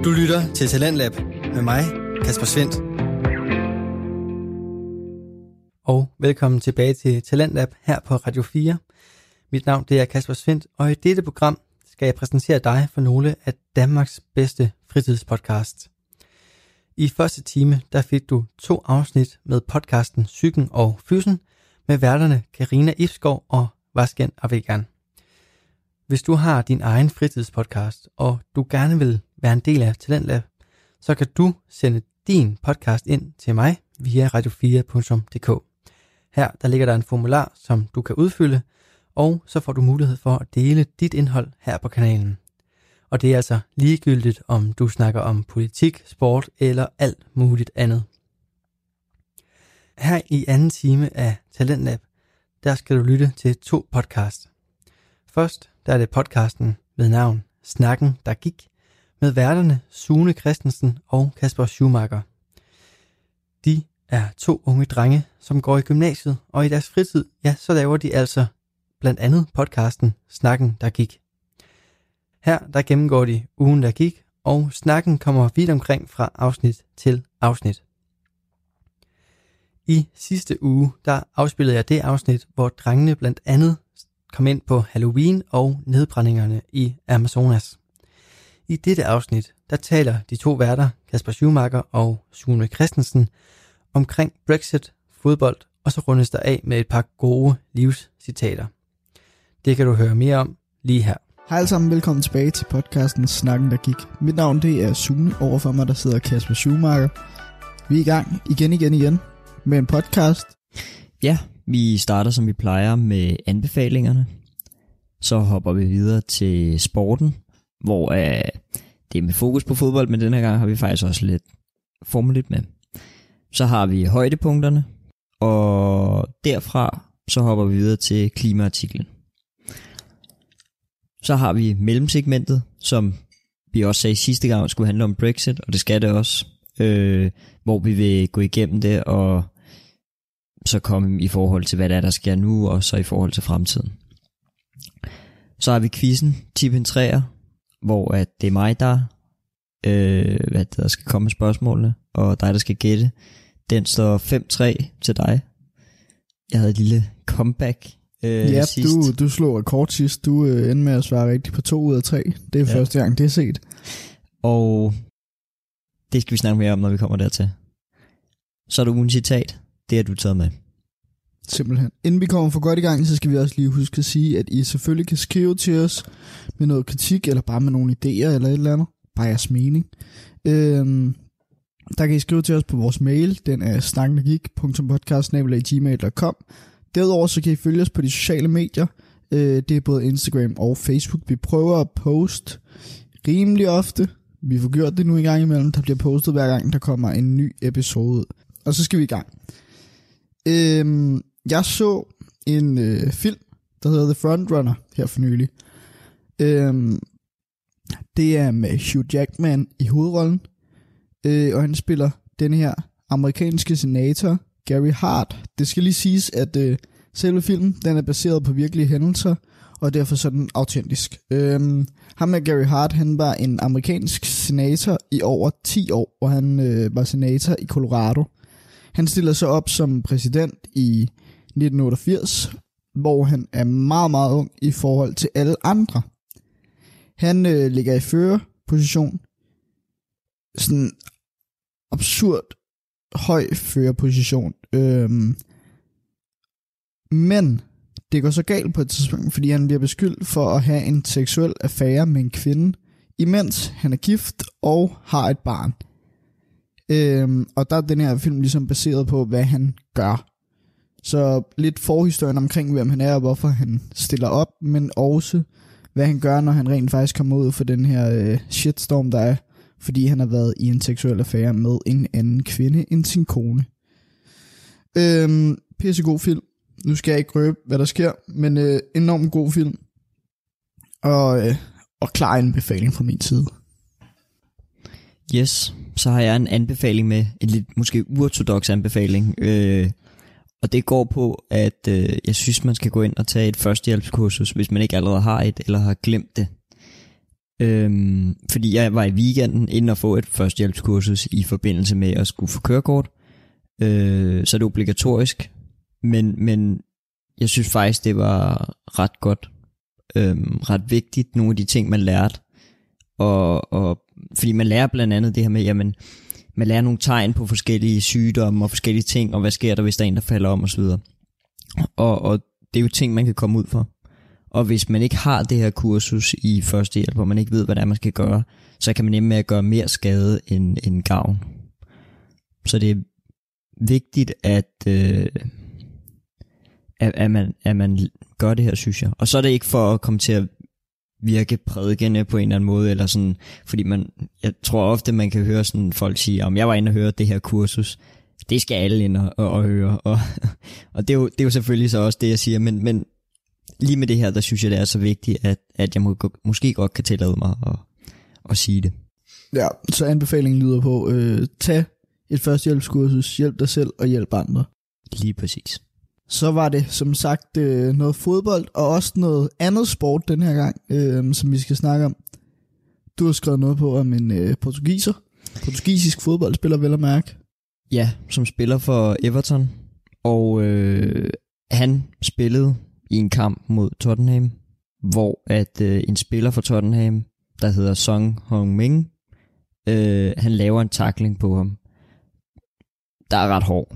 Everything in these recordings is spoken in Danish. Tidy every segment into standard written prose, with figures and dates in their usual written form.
Du lytter til Talentlab med mig, Kasper Svendt. Og velkommen tilbage til Talentlab her på Radio 4. Mit navn det er Kasper Svendt, og i dette program skal jeg præsentere dig for nogle af Danmarks bedste fritidspodcasts. I første time der fik du 2 afsnit med podcasten Psyken og Fysen med værterne Karina Ibsgaard og Vasgen Avegan. Hvis du har din egen fritidspodcast, og du gerne vil være en del af Talentlab, så kan du sende din podcast ind til mig via radio4.dk. Her der ligger der en formular, som du kan udfylde, og så får du mulighed for at dele dit indhold her på kanalen. Og det er altså ligegyldigt, om du snakker om politik, sport eller alt muligt andet. Her i anden time af Talentlab, der skal du lytte til 2 podcasts. Først der er det podcasten med navn Snakken, der gik, med værterne Sune Christensen og Kasper Schumacher. De er 2 unge drenge, som går i gymnasiet, og i deres fritid, ja, så laver de altså blandt andet podcasten Snakken, der gik. Her der gennemgår de ugen, der gik, og snakken kommer vidt omkring fra afsnit til afsnit. I sidste uge, der afspillede jeg det afsnit, hvor drengene blandt andet kom ind på Halloween og nedbrændingerne i Amazonas. I dette afsnit, der taler de 2 værter, Kasper Schumacher og Sune Christensen, omkring Brexit, fodbold, og så rundes der af med et par gode livscitater. Det kan du høre mere om lige her. Hej alle sammen, velkommen tilbage til podcasten Snakken, der gik. Mit navn det er Sune, overfor mig der sidder Kasper Schumacher. Vi er i gang igen med en podcast. Ja, vi starter som vi plejer med anbefalingerne. Så hopper vi videre til sporten, hvor det er med fokus på fodbold, men denne gang har vi faktisk også lidt Formel 1 med. Så har vi højdepunkterne, og derfra så hopper vi videre til klimaartiklen. Så har vi mellemsegmentet, som vi også sagde sidste gang skulle handle om Brexit, og det skal det også, hvor vi vil gå igennem det og så komme i forhold til, hvad der sker nu, og så i forhold til fremtiden. Så har vi quizzen, tip en træer, hvor at det er mig, der skal komme med spørgsmålene, og dig, der skal gætte. Den står 5-3 til dig. Jeg havde et lille comeback sidst. Du slog rekord sidst. Du endte med at svare rigtigt på 2 ud af 3. Det er første gang, det er set. Og det skal vi snakke mere om, når vi kommer dertil. Så er der ugens citat. Det er du taget med. Simpelthen. Inden vi kommer for godt i gang, så skal vi også lige huske at sige, at I selvfølgelig kan skrive til os med noget kritik, eller bare med nogle idéer, eller et eller andet. Bare jeres mening. Der kan I skrive til os på vores mail. Den er snakkendergik.podcast@gmail.com. Derudover så kan I følge os på de sociale medier. Det er både Instagram og Facebook. Vi prøver at poste rimelig ofte. Vi får gjort det nu en gang imellem. Der bliver postet hver gang, der kommer en ny episode ud. Og så skal vi i gang. Jeg så en film, der hedder The Frontrunner her for nylig. Det er med Hugh Jackman i hovedrollen. Og han spiller den her amerikanske senator, Gary Hart. Det skal lige siges, at selve filmen den er baseret på virkelige hændelser, og derfor sådan autentisk. Ham med Gary Hart, han var en amerikansk senator i over 10 år, og han var senator i Colorado. Han stiller sig op som præsident i 1988, hvor han er meget, meget ung i forhold til alle andre. Han ligger i førerposition. Sådan absurd høj førerposition. Men det går så galt på et tidspunkt, fordi han bliver beskyldt for at have en seksuel affære med en kvinde, imens han er gift og har et barn. Og der er den her film ligesom baseret på, hvad han gør. Så lidt forhistorien omkring, hvem han er og hvorfor han stiller op, men også hvad han gør, når han rent faktisk kommer ud for den her shitstorm, der er, fordi han har været i en seksuel affære med en anden kvinde end sin kone. Pissegod film. Nu skal jeg ikke røbe, hvad der sker, men enormt god film. Og klar anbefaling fra min side. Yes, så har jeg en anbefaling med, en lidt måske uortodox anbefaling. Og det går på, at jeg synes, man skal gå ind og tage et førstehjælpskursus, hvis man ikke allerede har et, eller har glemt det. Fordi jeg var i weekenden inden at få et førstehjælpskursus i forbindelse med at skulle få kørekort. Så det er obligatorisk. Men jeg synes faktisk, det var ret godt. Ret vigtigt, nogle af de ting, man lærte. Og fordi man lærer blandt andet det her med, jamen, man lærer nogle tegn på forskellige sygdomme og forskellige ting, og hvad sker der, hvis der er en, der falder om osv. Og det er jo ting, man kan komme ud for. Og hvis man ikke har det her kursus i førstehjælp, og man ikke ved, hvad det er, man skal gøre, så kan man nemme med at gøre mere skade end gavn. Så det er vigtigt, at man gør det her, synes jeg. Og så er det ikke for at komme til at virke prædikende på en eller anden måde, eller sådan, fordi jeg tror ofte, man kan høre sådan folk sige, om jeg var inde og høre det her kursus, det skal alle ind og høre, og det er jo selvfølgelig så også det, jeg siger, men lige med det her, der synes jeg, det er så vigtigt, at jeg måske godt kan tillade mig at sige det. Ja, så anbefalingen lyder på, tag et førstehjælpskursus, hjælp dig selv og hjælp andre. Lige præcis. Så var det som sagt noget fodbold, og også noget andet sport den her gang, som vi skal snakke om. Du har skrevet noget på om en portugisisk fodboldspiller, vel at mærke. Ja, som spiller for Everton, og han spillede i en kamp mod Tottenham, hvor at en spiller for Tottenham, der hedder Son Heung-min, han laver en tackling på ham, der er ret hård.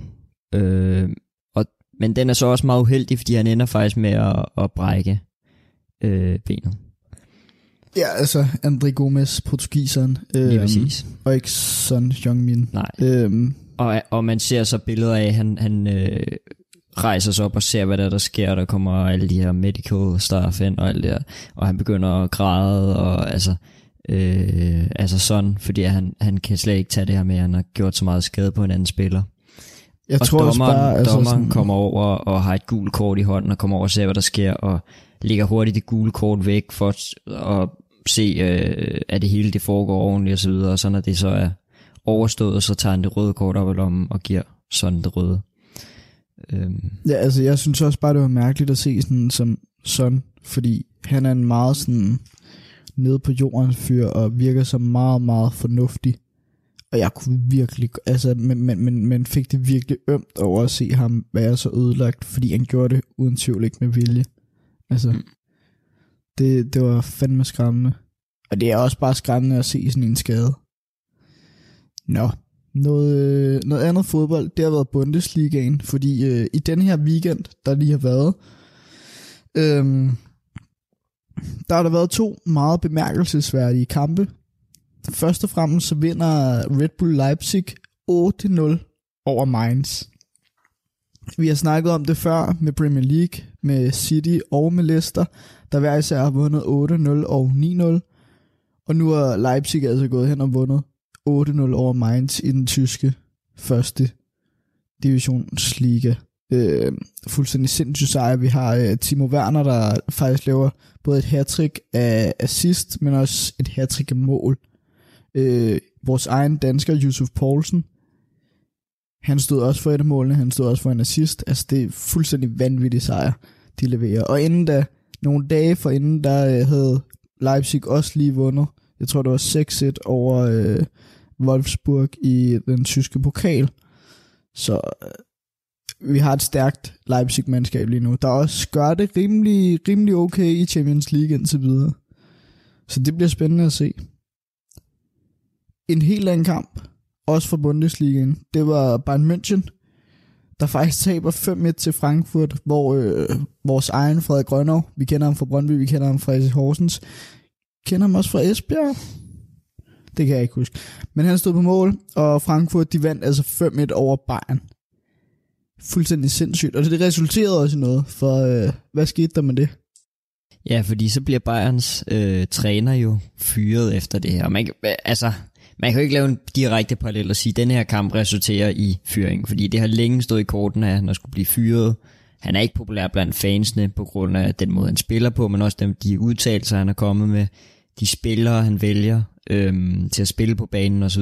Men den er så også meget uheldig, fordi han ender faktisk med at brække benet. Ja, altså André Gomes, portugiseren. Lige præcis. Og ikke Son Heung-min. Nej. Og man ser så billeder af, at han rejser sig op og ser, hvad der sker. Der kommer alle de her medical staff ind og alt det der. Og han begynder at græde, og altså sådan, fordi han kan slet ikke tage det her med, at han har gjort så meget skade på en anden spiller. Jeg tror dommeren kommer over og har et gult kort i hånden og kommer over og ser, hvad der sker, og lægger hurtigt det gule kort væk for at se, at det hele det foregår ordentligt og så videre, og så når det så er overstået, så tager han det røde kort op i lommen og giver sådan det røde. Ja, altså jeg synes også bare, det var mærkeligt at se sådan, fordi han er en meget sådan nede på jorden fyr og virker så meget, meget fornuftig. Og jeg kunne virkelig, altså, men fik det virkelig ømt over at se ham være så ødelagt, fordi han gjorde det uden tvivl ikke med vilje. Altså, det var fandme skræmmende. Og det er også bare skræmmende at se sådan en skade. Nå, noget andet fodbold, det har været Bundesligaen, fordi i den her weekend, der lige har været, der har der været 2 meget bemærkelsesværdige kampe. Først og fremmest så vinder Red Bull Leipzig 8-0 over Mainz. Vi har snakket om det før med Premier League, med City og med Leicester, der hver især har vundet 8-0 og 9-0. Og nu er Leipzig altså gået hen og vundet 8-0 over Mainz i den tyske første divisionsliga. Fuldstændig sindssygt sejr. Vi har Timo Werner, der faktisk laver både et hattrick af assist, men også et hattrick af mål. Vores egen dansker, Yusuf Poulsen, han stod også for et af målene, han stod også for en assist. Altså det er fuldstændig vanvittig sejr, de leverer. Og inden da, nogle dage forinden, der havde Leipzig også lige vundet, jeg tror det var 6-1 over Wolfsburg i den tyske pokal. Så vi har et stærkt Leipzig-mandskab lige nu, der også gør det rimelig okay i Champions League indtil videre. Så det bliver spændende at se. En helt anden kamp, også for Bundesligaen, det var Bayern München, der faktisk taber 5-1 til Frankfurt, hvor vores egen Frederik Grønov, vi kender ham fra Brøndby, vi kender ham fra FC Horsens, kender ham også fra Esbjerg, det kan jeg ikke huske, men han stod på mål, og Frankfurt, de vandt altså 5-1 over Bayern. Fuldstændig sindssygt, og det resulterede også i noget, for hvad skete der med det? Ja, fordi så bliver Bayerns træner jo fyret efter det her. Man kan jo ikke lave en direkte parallel og sige, at den her kamp resulterer i fyring, fordi det har længe stået i korten, at han skulle blive fyret. Han er ikke populær blandt fansene på grund af den måde, han spiller på, men også de udtalelser, han er kommet med, de spillere, han vælger til at spille på banen osv.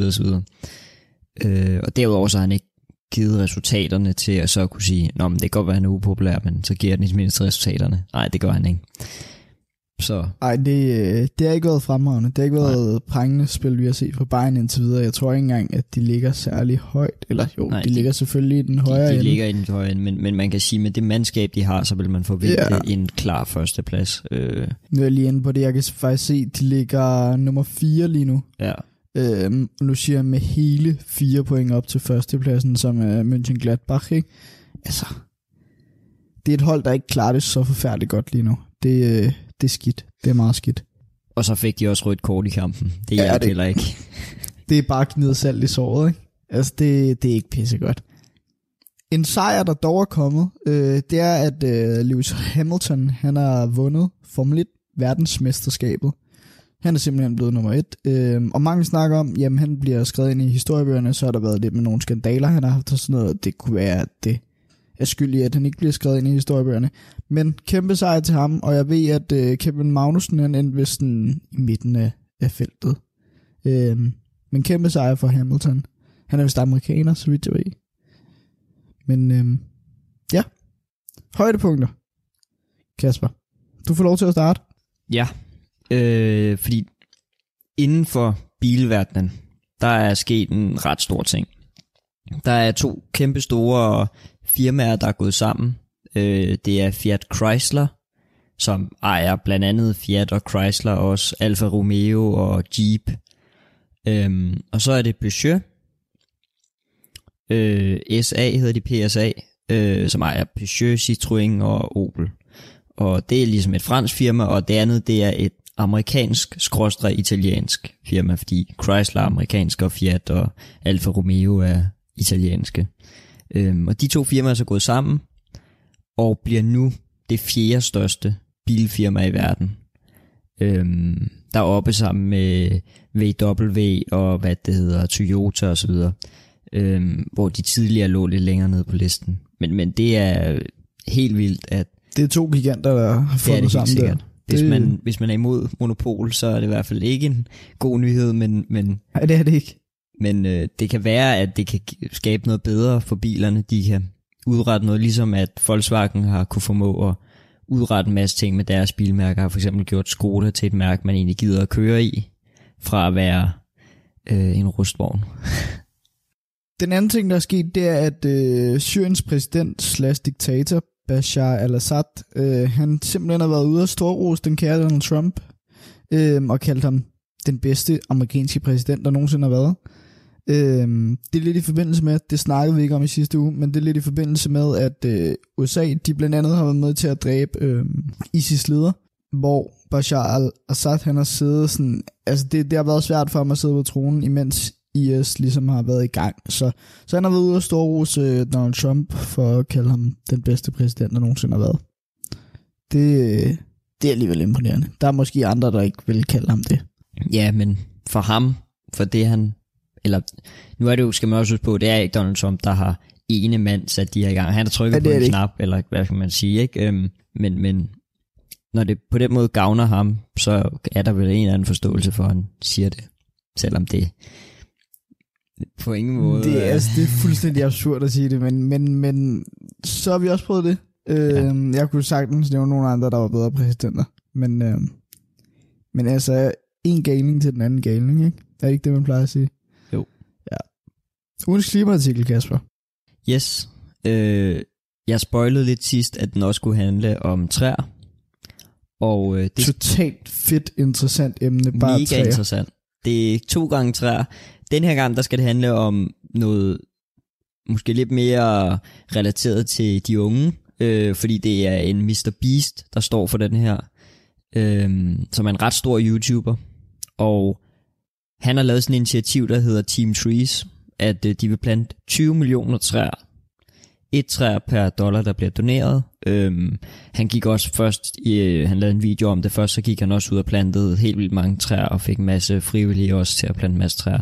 Og derudover så har han ikke givet resultaterne til at så kunne sige, nå, men det kan godt være, han er upopulær, men så giver den i mindste resultaterne. Nej, det gør han ikke. Så. Ej, det har ikke været fremragende. Det har ikke været prangende spil, vi har set fra Bayern indtil videre. Jeg tror ikke engang, at de ligger særlig højt. Eller jo, de ligger selvfølgelig i den højere ende. De ligger i den højere ende, men man kan sige, med det mandskab, de har, så vil man forvente en klar førsteplads. Nu er jeg lige inde på det. Jeg kan faktisk se, de ligger nummer 4 lige nu. Ja. Nu siger jeg med hele 4 point op til førstepladsen, som er Mönchengladbach, ikke? Altså, det er et hold, der ikke klarer det så forfærdeligt godt lige nu. Det er skidt. Det er meget skidt. Og så fik de også rødt kort i kampen. Det er det heller ikke. Det er bare gnid salt i såret, ikke? Altså, det er ikke pissegodt. En sejr, der dog er kommet, det er, at Lewis Hamilton, han har vundet Formel 1 verdensmesterskabet. Han er simpelthen blevet nummer 1. Og mange snakker om, jamen han bliver skrevet ind i historiebøgerne, så har der været lidt med nogle skandaler, han har haft og sådan noget. Det kunne være, at det er skyld i, at han ikke bliver skrevet ind i historiebøgerne. Men kæmpe sejr til ham, og jeg ved, at Kevin Magnussen, han endte vist i midten af feltet. Men kæmpe sejr for Hamilton. Han er vist amerikaner, så vidt jeg ved. Men ja, højdepunkter. Kasper, du får lov til at starte. Ja, fordi inden for bilverdenen, der er sket en ret stor ting. Der er 2 kæmpe store firmaer, der er gået sammen. Det er Fiat Chrysler, som ejer blandt andet Fiat og Chrysler, også Alfa Romeo og Jeep. Og så er det Peugeot, SA hedder de, PSA, som ejer Peugeot, Citroën og Opel. Og det er ligesom et fransk firma, og det andet, det er et amerikansk/italiensk firma, fordi Chrysler er amerikansk, og Fiat og Alfa Romeo er italienske. Og de 2 firmaer er så gået sammen, og bliver nu det 4. største bilfirma i verden. Der er oppe sammen med VW og hvad det hedder, Toyota og så videre, hvor de tidligere lå lidt længere nede på listen. Men det er helt vildt, at det er 2 giganter, der har fundet sammen der. Hvis man er imod monopol, så er det i hvert fald ikke en god nyhed, men nej, det er det ikke. Men det kan være, at det kan skabe noget bedre for bilerne. De kan udrette noget, ligesom at Volkswagen har kunne formå at udrette en masse ting med deres bilmærker. Har for eksempel gjort Skoda til et mærke, man egentlig gider at køre i, fra at være en rustvogn. Den anden ting, der er sket, det er, at Syriens præsident/diktator Bashar al-Assad, han simpelthen har været ude og storrose den kære Donald Trump, og kaldt ham den bedste amerikanske præsident, der nogensinde har været. Det er lidt i forbindelse med, det snakkede vi ikke om i sidste uge, men det er lidt i forbindelse med, at USA, de blandt andet har været med til at dræbe ISIS leder, hvor Bashar al-Assad, han har siddet sådan, altså det har været svært for ham at sidde på tronen, imens IS ligesom har været i gang. Så han har været ude og storrose Donald Trump for at kalde ham den bedste præsident, der nogensinde har været. Det er alligevel imponerende. Der er måske andre, der ikke vil kalde ham det. Ja, men for ham, for det han, eller nu er det jo, skal man også huske på, det er ikke Donald Trump, der har ene mand sat de her i gang. Han har trykket på en knap, eller hvad skal man sige, ikke? Men når det på den måde gavner ham, så er der vel en eller anden forståelse for, at han siger det, selvom det på ingen måde. Det er fuldstændig absurd at sige det, men så har vi også prøvet det. Jeg kunne sagtens nævne nogle andre, der var bedre præsidenter. Men altså, en galning til den anden galning, ikke? Er det ikke det, man plejer at sige? Jo. Ja. Ugens klimaartikel, Kasper. Yes. Jeg spoilede lidt sidst, at den også skulle handle om træer. Og det totalt fedt, interessant emne. Bare mega træer. Interessant. Det er 2 gange træer. Den her gang, der skal det handle om noget måske lidt mere relateret til de unge, fordi det er en Mr. Beast, der står for den her, som er en ret stor YouTuber, og han har lavet sådan et initiativ, der hedder Team Trees, at de vil plante 20 millioner træer. 1 træ per dollar, der bliver doneret. Han gik også først, han lavede en video om det først, så gik han også ud og plantede helt vildt mange træer, og fik en masse frivillige også til at plante en masse træer.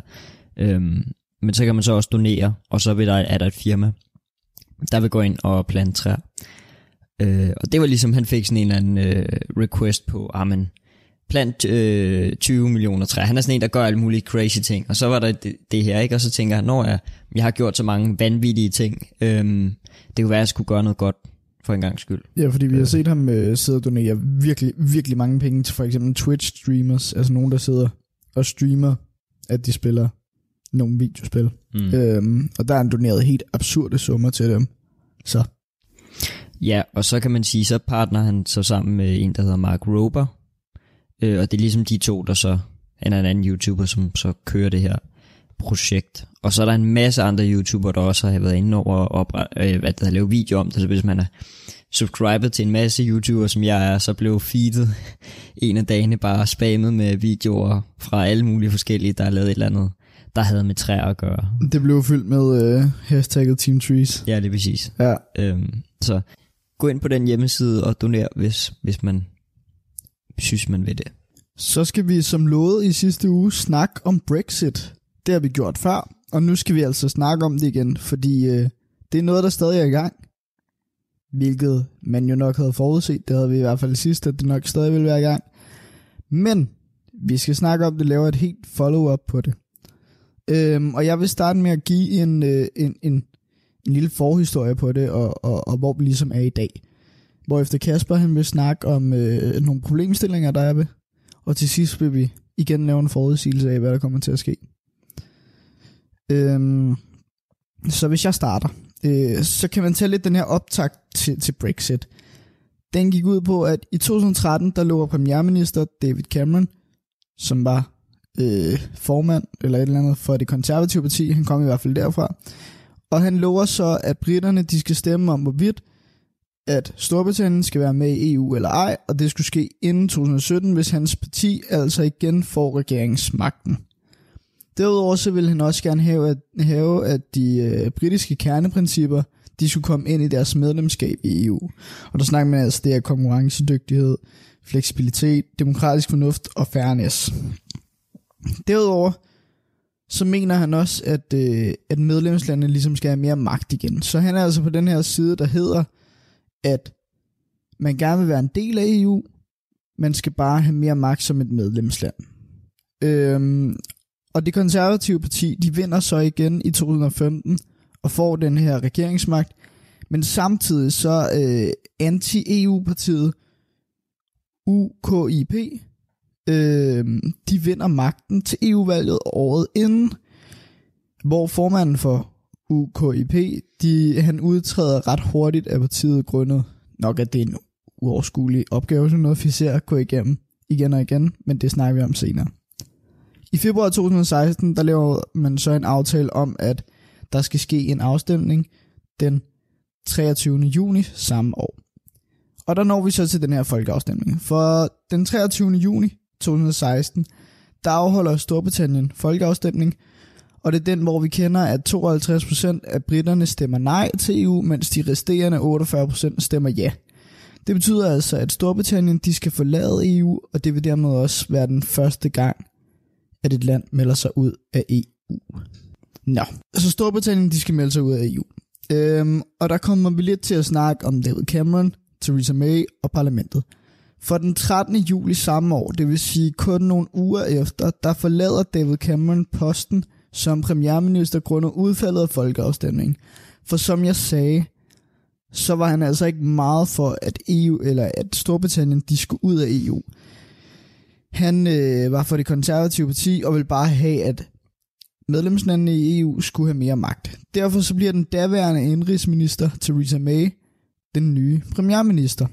Men så kan man så også donere, og så er der et firma, der vil gå ind og plante træer. Og det var ligesom, han fik sådan en eller anden request på, men plant 20 millioner træer. Han er sådan en, der gør alle mulige crazy ting. Og så var der det her, ikke? Og så tænker han, jeg har gjort så mange vanvittige ting. Det kunne være, at jeg skulle gøre noget godt for en gang skyld. Ja, fordi vi har set ham sidde og donere virkelig, virkelig mange penge til for eksempel Twitch-streamers, altså nogen, der sidder og streamer, at de spiller nogle videospil. Og der er han doneret helt absurde summer til dem. Så. Ja, og så kan man sige, så partner han så sammen med en, der hedder Mark Rober. Og det er ligesom de to, der så, han er en anden YouTuber, som så kører det her projekt. Og så er der en masse andre YouTuber, der også har været inde over at lave video om det. Så hvis man er subscribet til en masse YouTuber, som jeg er, så blev feedet en af dagene bare spammet med videoer fra alle mulige forskellige, der har lavet et eller andet, der havde med træer at gøre. Det blev fyldt med hashtagget Team Trees. Ja, det er præcis. Ja. Så gå ind på den hjemmeside og doner, hvis man synes, man vil det. Så skal vi som lovet i sidste uge snakke om Brexit. Det har vi gjort før, og nu skal vi altså snakke om det igen, fordi det er noget, der stadig er i gang. Hvilket man jo nok havde forudset, det havde vi i hvert fald sidst, at det nok stadig ville være i gang. Men vi skal snakke om det, laver et helt follow-up på det. Og jeg vil starte med at give en lille forhistorie på det, og hvor vi ligesom er i dag. Hvorefter Kasper han vil snakke om nogle problemstillinger, der er ved. Og til sidst vil vi igen lave en forudsigelse af, hvad der kommer til at ske. Så hvis jeg starter, så kan man tage lidt den her optakt til Brexit. Den gik ud på, at i 2013, der lå premierminister David Cameron, som var formand eller et eller andet for det konservative parti, han kom i hvert fald derfra, og han lover så, at briterne de skal stemme om, hvorvidt at Storbritannien skal være med i EU eller ej, og det skulle ske inden 2017, hvis hans parti altså igen får regeringsmagten. Derudover så ville han også gerne have, at de britiske kerneprincipper, de skulle komme ind i deres medlemskab i EU. Og der snakker man altså det af konkurrencedygtighed, fleksibilitet, demokratisk fornuft og fairness. Derudover så mener han også, at medlemslandene ligesom skal have mere magt igen. Så han er altså på den her side, der hedder, at man gerne vil være en del af EU, man skal bare have mere magt som et medlemsland. Og det konservative parti, de vinder så igen i 2015 og får den her regeringsmagt, men samtidig så anti-EU-partiet UKIP, de vinder magten til EU-valget året inden, hvor formanden for UKIP, han udtræder ret hurtigt af partiet grundet nok, at det er en uoverskuelig opgave, som noget officer gå igennem igen og igen, men det snakker vi om senere. I februar 2016, der laver man så en aftale om, at der skal ske en afstemning den 23. juni samme år. Og der når vi så til den her folkeafstemning. For den 23. juni 2016, der afholder Storbritannien folkeafstemning, og det er den, hvor vi kender, at 52% af britterne stemmer nej til EU, mens de resterende 48% stemmer ja. Det betyder altså, at Storbritannien de skal forlade EU, og det vil dermed også være den første gang, at et land melder sig ud af EU. Nå, så Storbritannien de skal melde sig ud af EU. Og der kommer vi lidt til at snakke om David Cameron, Theresa May og parlamentet. For den 13. juli samme år, det vil sige kun nogle uger efter, der forlader David Cameron posten som premierminister grundet udfaldet af folkeafstemningen. For som jeg sagde, så var han altså ikke meget for, at EU eller at Storbritannien de skulle ud af EU. Han var for det konservative parti og ville bare have, at medlemslandene i EU skulle have mere magt. Derfor så bliver den daværende indrigsminister Theresa May den nye premierminister.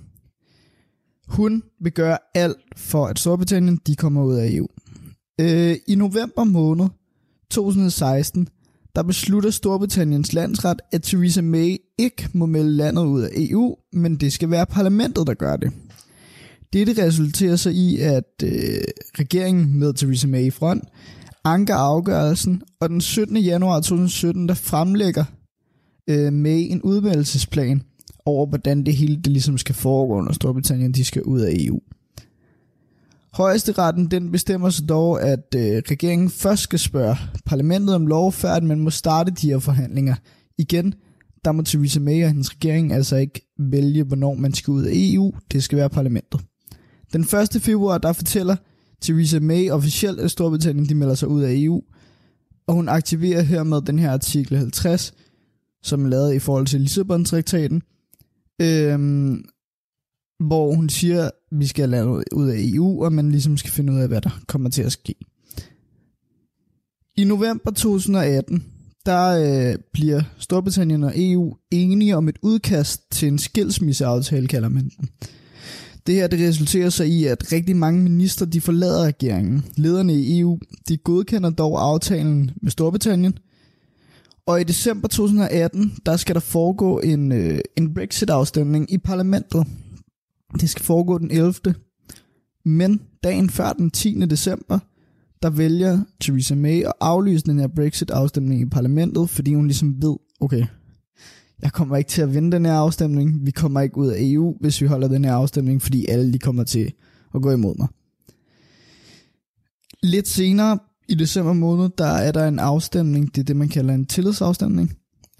Hun vil gøre alt for, at Storbritannien de kommer ud af EU. I november måned 2016, der beslutter Storbritanniens landsret, at Theresa May ikke må melde landet ud af EU, men det skal være parlamentet, der gør det. Dette resulterer så i, at regeringen med Theresa May i front anker afgørelsen, og den 17. januar 2017, der fremlægger May en udmeldelsesplan over, hvordan det hele det ligesom skal foregå, når Storbritannien de skal ud af EU. Højesteretten den bestemmer så dog, at regeringen først skal spørge parlamentet om lov, før at man må starte de her forhandlinger. Igen, der må Theresa May og hendes regering altså ikke vælge, hvornår man skal ud af EU. Det skal være parlamentet. Den 1. februar, der fortæller Theresa May officielt, at Storbritannien de melder sig ud af EU, og hun aktiverer hermed den her artikel 50, som er lavet i forhold til Lissabon-traktaten, hvor hun siger, at vi skal lade ud af EU, og man ligesom skal finde ud af, hvad der kommer til at ske. I november 2018, der bliver Storbritannien og EU enige om et udkast til en skilsmisseaftale, kalder man den. Det her det resulterer sig i, at rigtig mange ministre de forlader regeringen. Lederne i EU de godkender dog aftalen med Storbritannien. Og i december 2018, der skal der foregå en Brexit-afstemning i parlamentet. Det skal foregå den 11. Men dagen før den 10. december, der vælger Theresa May at aflyse den her Brexit-afstemning i parlamentet, fordi hun ligesom ved, okay, jeg kommer ikke til at vinde den her afstemning, vi kommer ikke ud af EU, hvis vi holder den her afstemning, fordi alle de kommer til at gå imod mig. Lidt senere i december måned, der er der en afstemning, det er det man kalder en tillidsafstemning,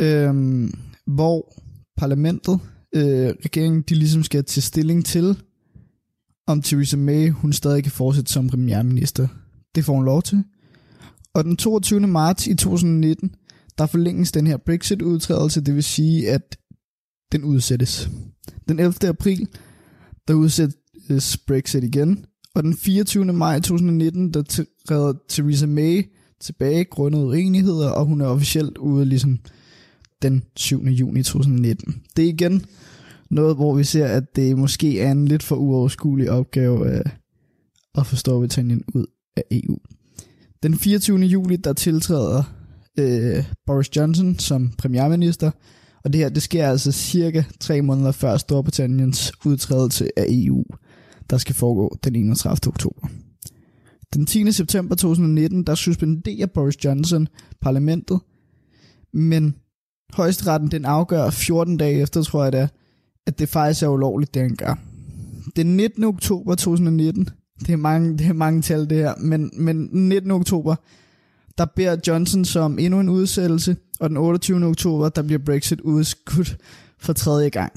hvor parlamentet, regeringen, de ligesom skal tage stilling til, om Theresa May, hun stadig kan fortsætte som premierminister. Det får hun lov til. Og den 22. marts i 2019, der forlænges den her Brexit-udtrædelse, det vil sige, at den udsættes. Den 11. april, der udsættes Brexit igen, og den 24. maj 2019, der træder Theresa May tilbage grundet uenigheder, og hun er officielt ude ligesom den 7. juni 2019. Det er igen noget, hvor vi ser, at det måske er en lidt for uoverskuelig opgave at få Storbritannien ud af EU. Den 24. juli, der tiltræder Boris Johnson som premierminister, og det her, det sker altså cirka 3 måneder før Storbritanniens udtrædelse af EU, der skal foregå den 31. oktober. Den 10. september 2019, der suspenderer Boris Johnson parlamentet, men højesteretten den afgør 14 dage efter, tror jeg det er, at det faktisk er ulovligt, det han gør. Den 19. oktober 2019, det er mange tal det her, men 19. oktober, der beder Johnson som endnu en udsættelse, og den 28. oktober, der bliver Brexit udskudt for 3. gang.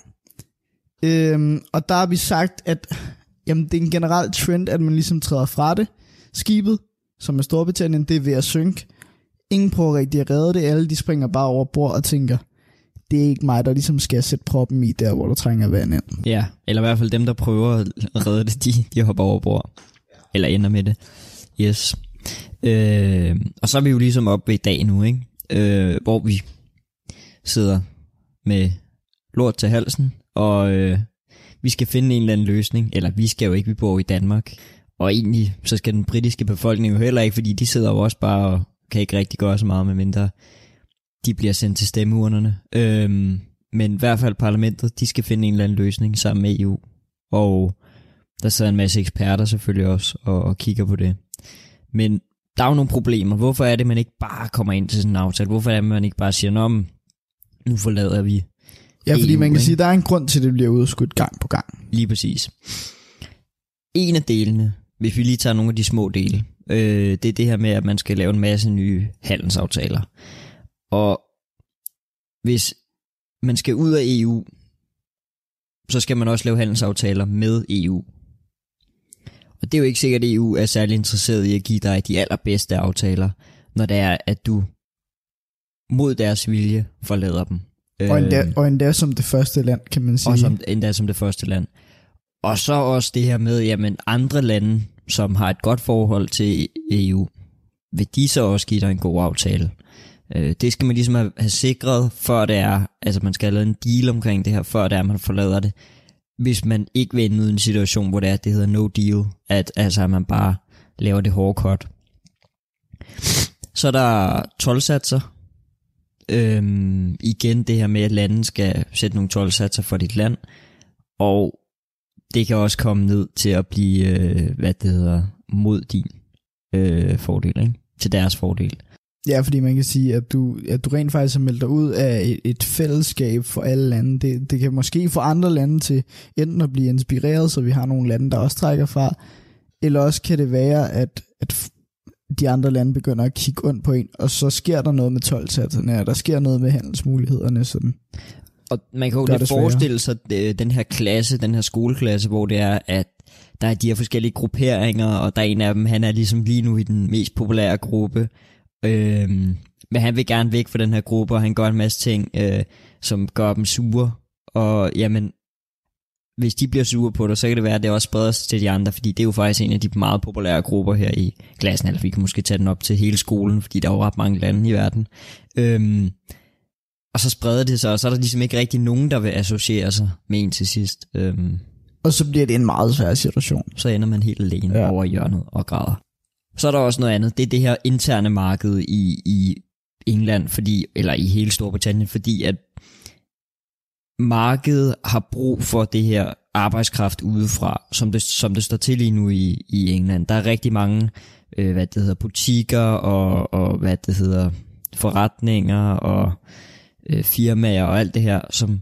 Og der har vi sagt, at jamen, det er en generel trend, at man ligesom træder fra det. Skibet, som er Storbritannien, det er ved at synke. Ingen prøver rigtig at redde det, alle de springer bare over bord og tænker, det er ikke mig, der ligesom skal sætte proppen i der, hvor der trænger vand ind. Ja, eller i hvert fald dem, der prøver at redde det, de hopper over bord. Eller ender med det. Yes. Og så er vi jo ligesom oppe i dag nu, ikke? Hvor vi sidder med lort til halsen, og vi skal finde en eller anden løsning. Eller vi skal jo ikke, vi bor i Danmark. Og egentlig, så skal den britiske befolkning jo heller ikke, fordi de sidder jo også bare og kan ikke rigtig gøre så meget, medmindre de bliver sendt til stemmeurnerne. Men i hvert fald parlamentet, de skal finde en eller anden løsning sammen med EU. Og der sidder en masse eksperter selvfølgelig også og kigger på det. Men der er jo nogle problemer. Hvorfor er det, man ikke bare kommer ind til sådan en aftale? Hvorfor er det, man ikke bare siger, nu forlader vi Ja, fordi EU, man kan ikke? sige, at der er en grund til, at det bliver udskudt gang på gang. Lige præcis. En af delene, hvis vi lige tager nogle af de små dele, det er det her med, at man skal lave en masse nye handelsaftaler. Og hvis man skal ud af EU, så skal man også lave handelsaftaler med EU. Og det er jo ikke sikkert, at EU er særlig interesseret i at give dig de allerbedste aftaler, når det er, at du mod deres vilje forlader dem. Og endda som det første land, kan man sige. Og endda som det første land. Og så også det her med, jamen andre lande, som har et godt forhold til EU, vil de så også give dig en god aftale. Det skal man ligesom have sikret, før det er, altså man skal have lavet en deal omkring det her, før det er, man forlader det. Hvis man ikke vil ende ud i en situation, hvor det er, det hedder no deal, at man bare laver det hårde cut. Så er der toldsatser. Igen det her med, at landet skal sætte nogle toldsatser for dit land, og det kan også komme ned til at blive, mod din fordel, ikke? Til deres fordel. Ja, fordi man kan sige, at du rent faktisk har meldt dig ud af et fællesskab for alle lande. Det kan måske få andre lande til enten at blive inspireret, så vi har nogle lande, der også trækker fra, eller også kan det være, at de andre lande begynder at kigge ondt på en, og så sker der noget med toldsatserne, og der sker noget med handelsmulighederne. Sådan. Og man kan jo lidt forestille sig den her klasse, den her skoleklasse, hvor det er, at der er de her forskellige grupperinger, og der er en af dem, han er ligesom lige nu i den mest populære gruppe, men han vil gerne væk fra den her gruppe, og han gør en masse ting, som gør dem sure, Og jamen, hvis de bliver sure på dig, så kan det være, at det også spreder sig til de andre, fordi det er jo faktisk en af de meget populære grupper her i klassen, eller vi kan måske tage den op til hele skolen, fordi der er jo ret mange lande i verden. Og så spreder det sig, og så er der ligesom ikke rigtig nogen, der vil associere sig med en til sidst. Og så bliver det en meget svær situation. Så ender man helt alene over hjørnet og græder. Så er der også noget andet, det er det her interne marked i England, eller i hele Storbritannien, fordi at markedet har brug for det her arbejdskraft udefra, som det står til lige nu i England. Der er rigtig mange butikker og forretninger og firmaer og alt det her, som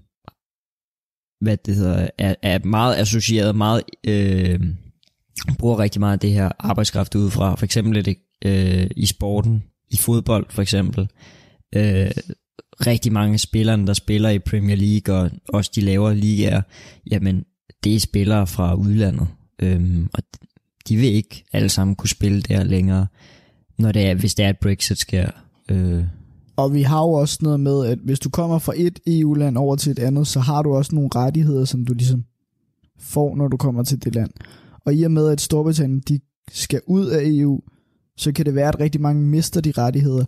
er meget associeret, meget bruger rigtig meget af det her arbejdskraft udefra. For eksempel er det i sporten, i fodbold for eksempel. Rigtig mange spillere, der spiller i Premier League og også de lavere ligaer, jamen det er spillere fra udlandet. Og de vil ikke alle sammen kunne spille der længere, hvis det er, at Brexit sker. Og vi har jo også noget med, at hvis du kommer fra et EU-land over til et andet, så har du også nogle rettigheder, som du ligesom får, når du kommer til det land. Og i og med, at Storbritannien de skal ud af EU, så kan det være, at rigtig mange mister de rettigheder.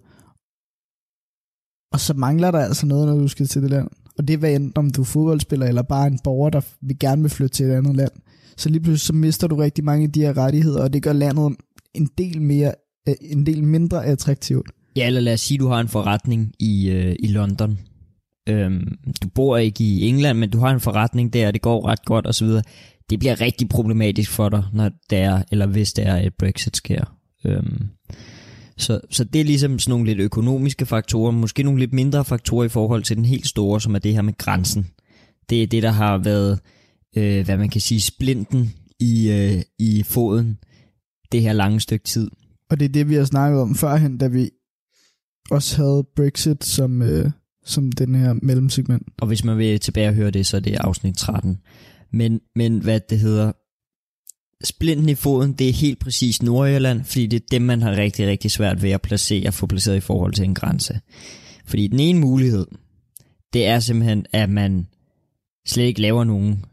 Og så mangler der altså noget, når du skal til det land. Og det er hvad enten om du er fodboldspiller, eller bare en borger, der gerne vil flytte til et andet land. Så lige pludselig så mister du rigtig mange af de her rettigheder, og det gør landet en del mindre attraktivt. Ja, eller lad os sige, du har en forretning i London. Du bor ikke i England, men du har en forretning der, og det går ret godt osv. Det bliver rigtig problematisk for dig, når det er, eller hvis det er, et Brexit sker. Så det er ligesom sådan nogle lidt økonomiske faktorer, måske nogle lidt mindre faktorer i forhold til den helt store, som er det her med grænsen. Det er det, der har været, hvad man kan sige, splinten i foden det her lange stykke tid. Og det er det, vi har snakket om førhen, da vi også havde Brexit som den her mellemsegment. Og hvis man vil tilbage og høre det, så er det afsnit 13. Men hvad det hedder, splinten i foden, det er helt præcis Nordirland, fordi det er dem, man har rigtig, rigtig svært ved at få placeret i forhold til en grænse. Fordi den ene mulighed, det er simpelthen, at man slet ikke laver nogen,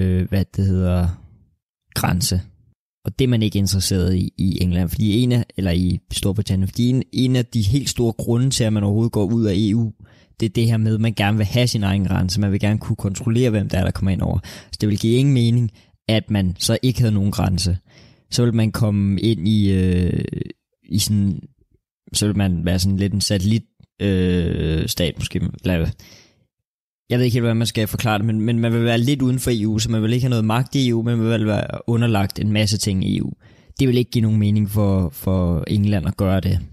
grænse. Og det er man ikke interesseret i England, fordi i Storbritannien, fordi en af de helt store grunde til, at man overhovedet går ud af EU, det er det her med, at man gerne vil have sin egen grænse, man vil gerne kunne kontrollere, hvem der kommer ind over. Så det vil give ingen mening, at man så ikke havde nogen grænse. Så vil man komme ind i sådan, så vil man være sådan lidt en satellitstat måske. Jeg ved ikke helt, hvordan man skal forklare det, men man vil være lidt uden for EU, så man vil ikke have noget magt i EU, men man vil være underlagt en masse ting i EU. Det vil ikke give nogen mening for England at gøre det.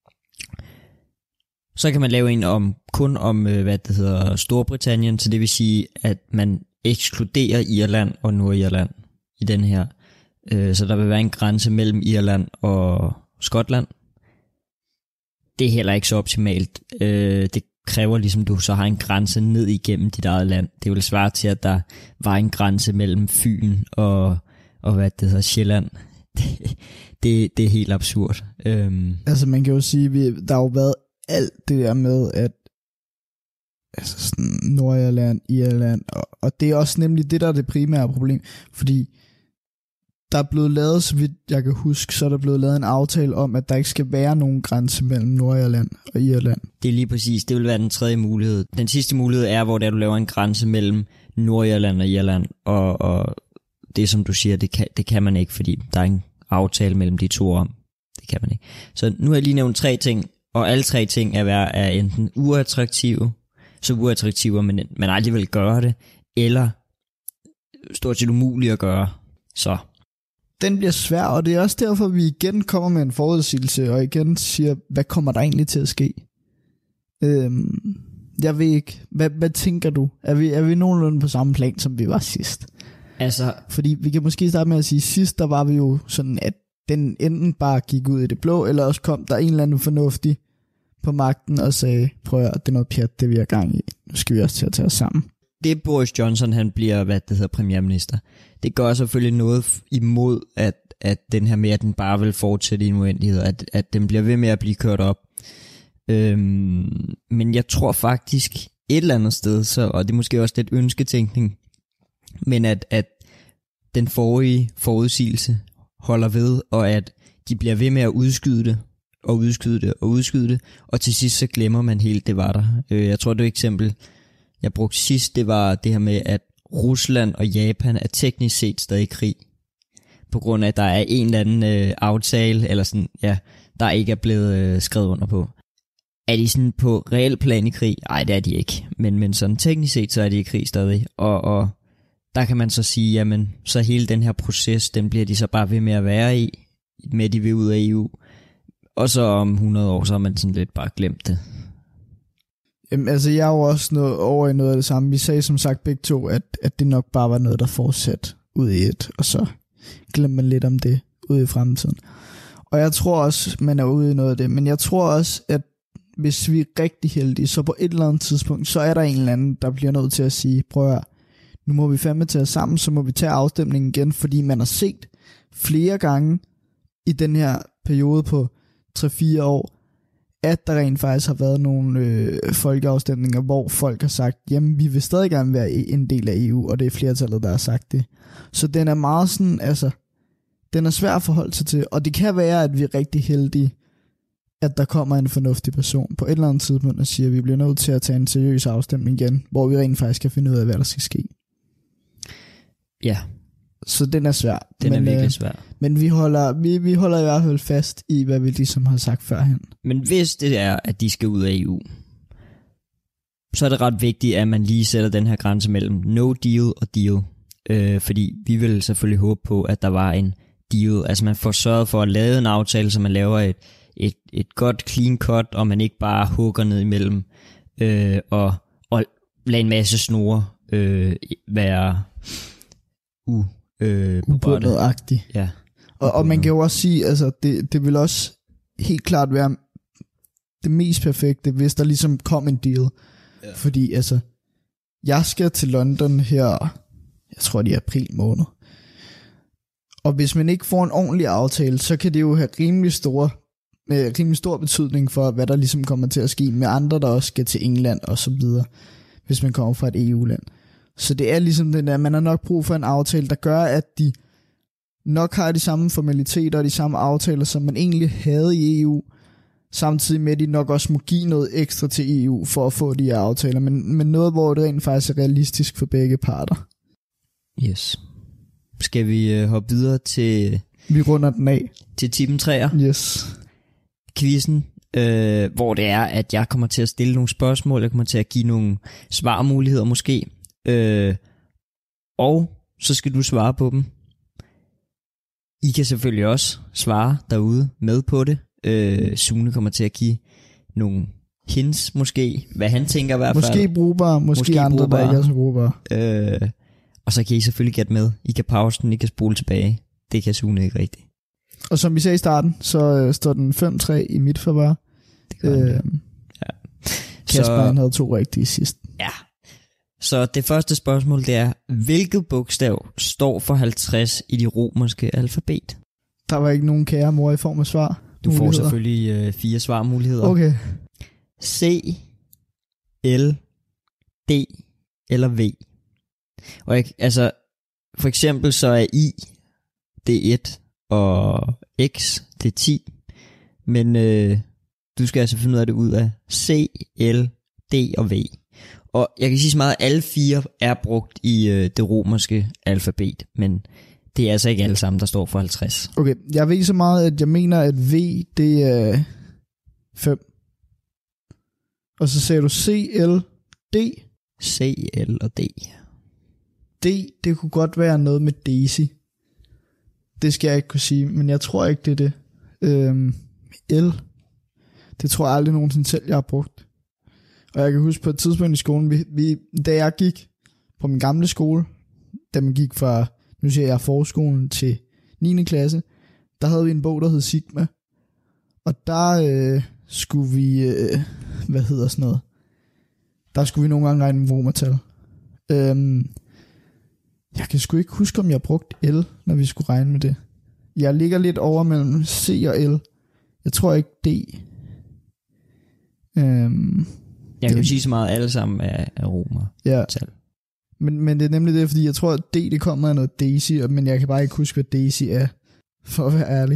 Så kan man lave en kun om Storbritannien, så det vil sige, at man ekskluderer Irland og Nordirland i den her. Så der vil være en grænse mellem Irland og Skotland. Det er heller ikke så optimalt. Det kræver ligesom, du så har en grænse ned igennem dit eget land. Det vil svare til, at der var en grænse mellem Fyn og Sjælland. Det er helt absurd. Altså man kan jo sige, der har jo været alt det der med, at altså sådan Nordirland, Irland, og det er også nemlig det, der er det primære problem, fordi der er blevet lavet, så vidt jeg kan huske, så er der blevet lavet en aftale om, at der ikke skal være nogen grænse mellem Nordirland og Irland. Det er lige præcis, det vil være den tredje mulighed. Den sidste mulighed er, hvor du laver en grænse mellem Nordirland og Irland, og det som du siger, det kan man ikke, fordi der er en aftale mellem de to om. Det kan man ikke. Så nu har jeg lige nævnt 3 ting, og alle 3 ting er enten uattraktive, så uattraktive, men man aldrig vil gøre det, eller stort set umuligt at gøre. Så den bliver svær, og det er også derfor, vi igen kommer med en forudsigelse, og igen siger, hvad kommer der egentlig til at ske? Jeg ved ikke. Hvad tænker du? Er vi nogenlunde på samme plan, som vi var sidst? Altså, fordi vi kan måske starte med at sige, sidst der var vi jo sådan, at den enten bare gik ud i det blå, eller også kom der en eller anden fornuftig på magten og sagde, prøv at det er noget pjat, det vi er gang i. Nu skal vi også til at tage os sammen. Det Boris Johnson, han bliver, premierminister. Det gør selvfølgelig noget imod, at den her med, at den bare vil fortsætte i en uendelighed, at den bliver ved med at blive kørt op. Men jeg tror faktisk et eller andet sted, så, og det er måske også lidt ønsketænkning, men at den forrige forudsigelse holder ved, og at de bliver ved med at udskyde det, og udskyde det, og udskyde det, og til sidst så glemmer man helt, det var der. Jeg tror, det eksempel, jeg brugte sidst, det var det her med, at Rusland og Japan er teknisk set stadig i krig, på grund af, at der er en eller anden aftale, eller sådan, ja, der ikke er blevet skrevet under på. Er de sådan på reel plan i krig? Nej, det er de ikke. Men sådan teknisk set, så er de i krig stadig. Og der kan man så sige, jamen, så hele den her proces, den bliver de så bare ved med at være i, med de vil ud af EU. Og så om 100 år, så har man sådan lidt bare glemt det. Jamen, altså, jeg er jo også over i noget af det samme. Vi sagde som sagt begge to, at det nok bare var noget, der fortsatte ud i et, og så glemmer man lidt om det ude i fremtiden. Og jeg tror også, man er ude i noget af det, men jeg tror også, at hvis vi er rigtig heldige, så på et eller andet tidspunkt, så er der en eller anden, der bliver nødt til at sige, prøv at høre, nu må vi fandme tage os sammen, så må vi tage afstemningen igen, fordi man har set flere gange i den her periode på 3-4 år, at der rent faktisk har været nogle folkeafstemninger, hvor folk har sagt, jamen vi vil stadig gerne være en del af EU, og det er flertallet, der har sagt det. Så den er meget sådan, altså, den er svær at forholde sig til, og det kan være, at vi er rigtig heldige, at der kommer en fornuftig person på et eller andet tidspunkt og siger, at vi bliver nødt til at tage en seriøs afstemning igen, hvor vi rent faktisk kan finde ud af, hvad der skal ske. Ja. Så den er svær. Den er virkelig svær. Men vi holder i hvert fald fast i, hvad vi ligesom har sagt førhen. Men hvis det er, at de skal ud af EU, så er det ret vigtigt, at man lige sætter den her grænse mellem no deal og deal. Fordi vi vil selvfølgelig håbe på, at der var en deal. Altså man får sørget for at lave en aftale, så man laver et godt clean cut, og man ikke bare hugger ned imellem og lade en masse snore være ubundet-agtigt. Ja. Og man kan jo også sige, altså det vil også helt klart være det mest perfekte, hvis der ligesom kom en deal. Ja. Fordi altså, jeg skal til London her, jeg tror det er april måned. Og hvis man ikke får en ordentlig aftale, så kan det jo have rimelig stor betydning for, hvad der ligesom kommer til at ske med andre, der også skal til England og så videre, hvis man kommer fra et EU-land. Så det er ligesom den der, man har nok brug for en aftale, der gør, at de nok har de samme formaliteter og de samme aftaler, som man egentlig havde i EU, samtidig med, at de nok også må give noget ekstra til EU for at få de her aftaler, men noget, hvor det rent faktisk er realistisk for begge parter. Yes. Skal vi hoppe videre til... Vi runder den af. Til tippen 3'er. Yes. Quizzen, hvor det er, at jeg kommer til at stille nogle spørgsmål, jeg kommer til at give nogle svarmuligheder måske, og så skal du svare på dem. I kan selvfølgelig også svare derude med på det. Sune kommer til at give nogle hints måske, hvad han tænker i hvert fald. Måske brugbare, måske andre, brugbare. Der ikke er så brugbare. Og så kan I selvfølgelig gætte med. I kan pause den, I kan spole tilbage. Det kan Sune ikke rigtigt. Og som vi sagde i starten, så står den 5-3 i mit favør. Det gør den. Ja. Kasper han havde 2 rigtige sidst. Ja. Så det første spørgsmål, det er, hvilket bogstav står for 50 i det romerske alfabet? Der var ikke nogen kære mor i form af svar. Du får selvfølgelig 4 svarmuligheder. Okay. C, L, D eller V. Og altså, for eksempel så er I, det er 1, og X, det er 10. Men du skal altså finde ud af det ud af C, L, D og V. Og jeg kan sige så meget, at alle 4 er brugt i det romerske alfabet, men det er altså ikke alle sammen, der står for 50. Okay, jeg ved så meget, at jeg mener, at V, det er 5. Og så sagde du C, L, D. C, L og D. D, det kunne godt være noget med Daisy. Det skal jeg ikke kunne sige, men jeg tror ikke, det er det. L, det tror jeg aldrig nogensinde selv, jeg har brugt. Og jeg kan huske på et tidspunkt i skolen, da jeg gik på min gamle skole, da man gik fra, nu siger jeg, forskolen til 9. klasse, der havde vi en bog, der hed Sigma. Og der skulle vi, der skulle vi nogle gange regne med romertal. Jeg kan sgu ikke huske, om jeg brugte L, når vi skulle regne med det. Jeg ligger lidt over mellem C og L. Jeg tror ikke D. Jeg kan jo sige så meget, at alle sammen er romer. Ja. Tal. Men det er nemlig det, fordi jeg tror, at D, det kommer af noget Daisy, men jeg kan bare ikke huske, hvad Daisy er, for at være ærlig.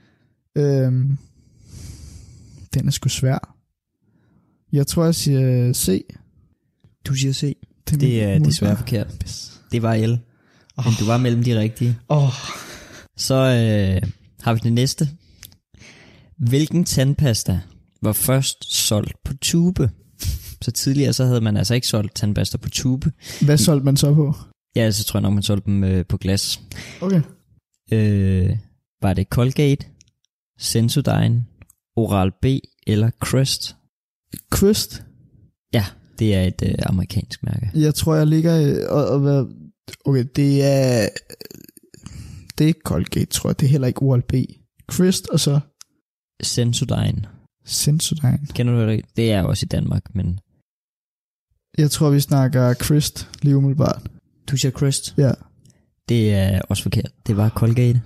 Den er sgu svær. Jeg tror, jeg siger C. Du siger C. Det er desværre forkert. Det var L. Men du var mellem de rigtige. Så har vi det næste. Hvilken tandpasta var først solgt på tube? Så tidligere så havde man altså ikke solgt tandpasta på tube. Hvad solgte man så på? Ja, så tror jeg nok, man solgte dem på glas. Okay. Var det Colgate, Sensodyne, Oral-B eller Crest? Crest? Ja, det er et amerikansk mærke. Jeg tror, jeg ligger og hvad? Okay, det er ikke Colgate, tror jeg. Det er heller ikke Oral-B. Crest og så Sensodyne. Sensodyne. Kender du det? Det er også i Danmark, men... Jeg tror, vi snakker Crest lige umiddelbart. Du siger Crest? Ja. Det er også forkert. Det var Colgate.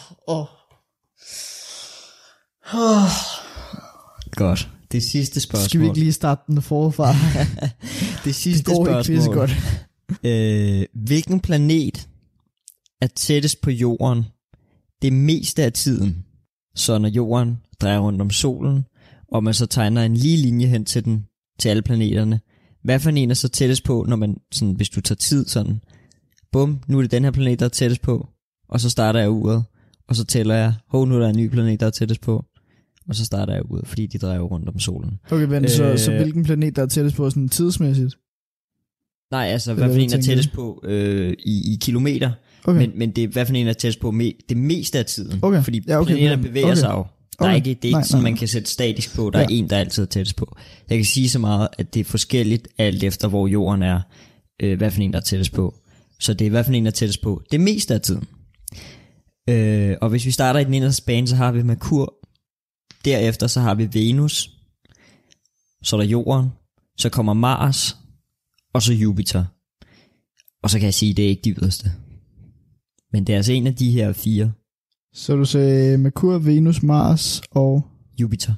Godt. Det sidste spørgsmål. Skal vi ikke lige starte den forfra? Det sidste det går spørgsmål. Ikke godt. Hvilken planet er tættest på jorden det meste af tiden? Så når jorden drejer rundt om solen, og man så tegner en lige linje hen til den, til alle planeterne, hvad for en er så tættest på, når man sådan, hvis du tager tid sådan, bum, nu er det den her planet, der er tættest på, og så starter jeg uret, og så tæller jeg, nu er der en ny planet, der er tættest på, og så starter jeg uret, fordi de drejer rundt om solen. Okay, men så hvilken planet, der er tættest på sådan tidsmæssigt? Nej, altså hvad for en er tættest på i kilometer, okay. men det er hvad for en er tættest på det meste af tiden, okay. Fordi planeterne bevæger sig jo. Det er ikke sådan, man kan sætte statisk på. Der er en, der altid er tættest på. Jeg kan sige så meget, at det er forskelligt alt efter, hvor jorden er, hvad for en, der er tættest på. Så det er hvad for en, der er tættest på det meste af tiden. Og hvis vi starter i den inderste bane, så har vi Merkur. Derefter så har vi Venus. Så er der jorden. Så kommer Mars. Og så Jupiter. Og så kan jeg sige, at det er ikke de yderste. Men det er altså en af de her 4. Så du sagde Merkur, Venus, Mars og Jupiter.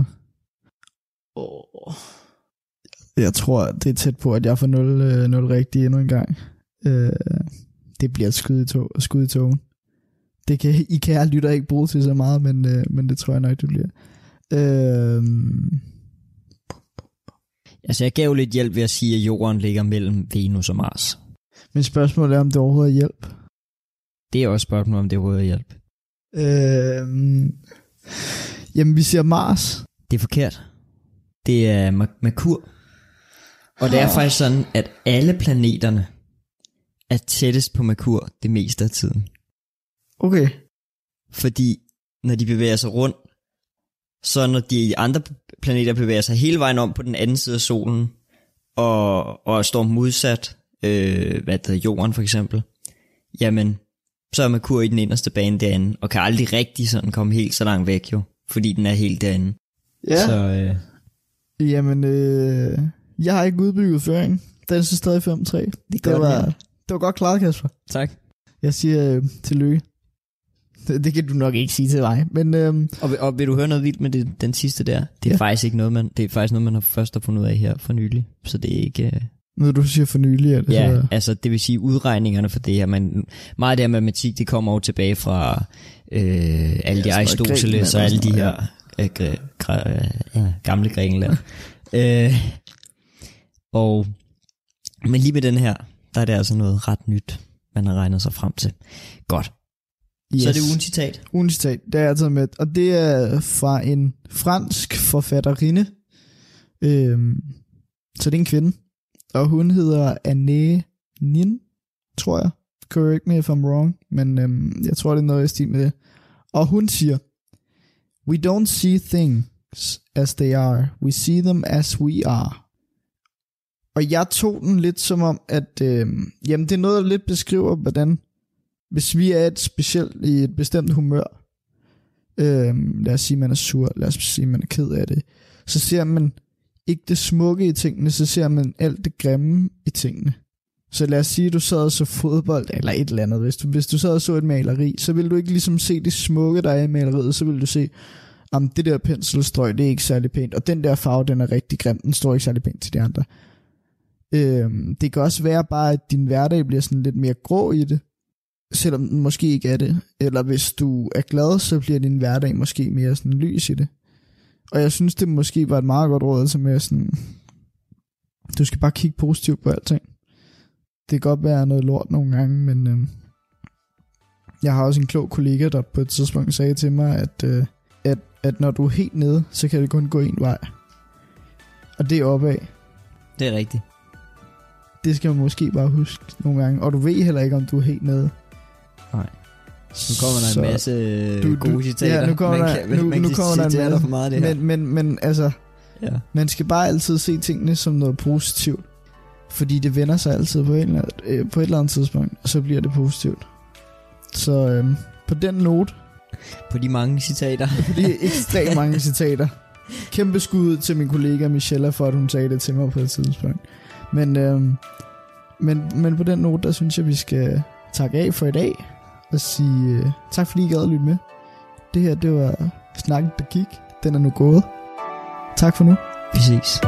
Jeg tror, det er tæt på, at jeg får 0 rigtigt endnu en gang. Det bliver et skud i togen. Det kan I kære lytter ikke bruge til så meget, men det tror jeg nok, det bliver. Altså, jeg gav lidt hjælp ved at sige, at jorden ligger mellem Venus og Mars. Men spørgsmålet er, om det overhovedet er hjælp. Det er også spørgsmålet, om det overhovedet er hjælp. Jamen, vi siger Mars. Det er forkert. Det er Merkur. Og det er faktisk sådan, at alle planeterne er tættest på Merkur det meste af tiden. Okay. Fordi når de bevæger sig rundt, så når de andre planeter bevæger sig hele vejen om på den anden side af solen, og står modsat, jorden for eksempel, jamen, så er Merkur i den inderste bane derinde, og kan aldrig rigtig sådan komme helt så langt væk jo, fordi den er helt derinde. Ja. Så, jamen, jeg har ikke udbygget føring. Den er så stadig 5-3. Det var godt klaret, Kasper. Tak. Jeg siger tillykke. Det kan du nok ikke sige til mig, men og vil du høre noget vildt med den sidste der? Det er faktisk ikke noget det er faktisk noget man har først har fundet ud af her for nylig, så det er ikke noget du siger for nylig eller ja, så... altså det vil sige udregningerne for det her, men meget af det her matematik, det kommer jo tilbage fra alle de Aristoteles og alle de her gamle Grækenland. Men lige med den her, der er det altså noget ret nyt, man har regnet sig frem til. Godt. Yes. Så er det ugens citat. Ugens citat, det er jeg taget med. Og det er fra en fransk forfatterinde. Så det er en kvinde. Og hun hedder Anne Nin, tror jeg. Correct me if I'm wrong. Men jeg tror, det er noget i stil med det. Og hun siger, we don't see things as they are. We see them as we are. Og jeg tog den lidt som om, at jamen det er noget, der lidt beskriver, hvordan hvis vi er i et bestemt humør, lad os sige, man er sur, lad os sige, man er ked af det, så ser man ikke det smukke i tingene, så ser man alt det grimme i tingene. Så lad os sige, at du sad og så fodbold, eller et eller andet. Hvis du sad og så et maleri, så vil du ikke ligesom se det smukke, der er i maleriet, så vil du se, om det der penselstrøg, det er ikke særlig pænt, og den der farve, den er rigtig grim, den står ikke særlig pænt til de andre. Det kan også være bare, at din hverdag bliver sådan lidt mere grå i det, selvom den måske ikke er det. Eller hvis du er glad, så bliver din hverdag måske mere sådan lys i det. Og jeg synes, det måske var et meget godt råd, altså med sådan, du skal bare kigge positivt på alting. Det kan godt være noget lort nogle gange, men jeg har også en klog kollega, der på et tidspunkt sagde til mig, at når du er helt nede, så kan det kun gå en vej. Og det er opad. Det er rigtigt. Det skal man måske bare huske nogle gange. Og du ved heller ikke, om du er helt nede. Nej. Nu kommer der en masse gode citater. Ja, nu kommer der en masse. For meget, det her. Men altså, ja. Man skal bare altid se tingene som noget positivt. Fordi det vender sig altid på et eller andet tidspunkt, og så bliver det positivt. Så på den note, på de mange citater. På de ekstremt mange citater. Kæmpe skud til min kollega Michelle, for at hun sagde det til mig på et tidspunkt. Men på den note, der synes jeg, vi skal takke af for i dag. Og sige tak, fordi I gad at lytte med. Det her, det var snakken, der gik. Den er nu gået. Tak for nu. Vi ses.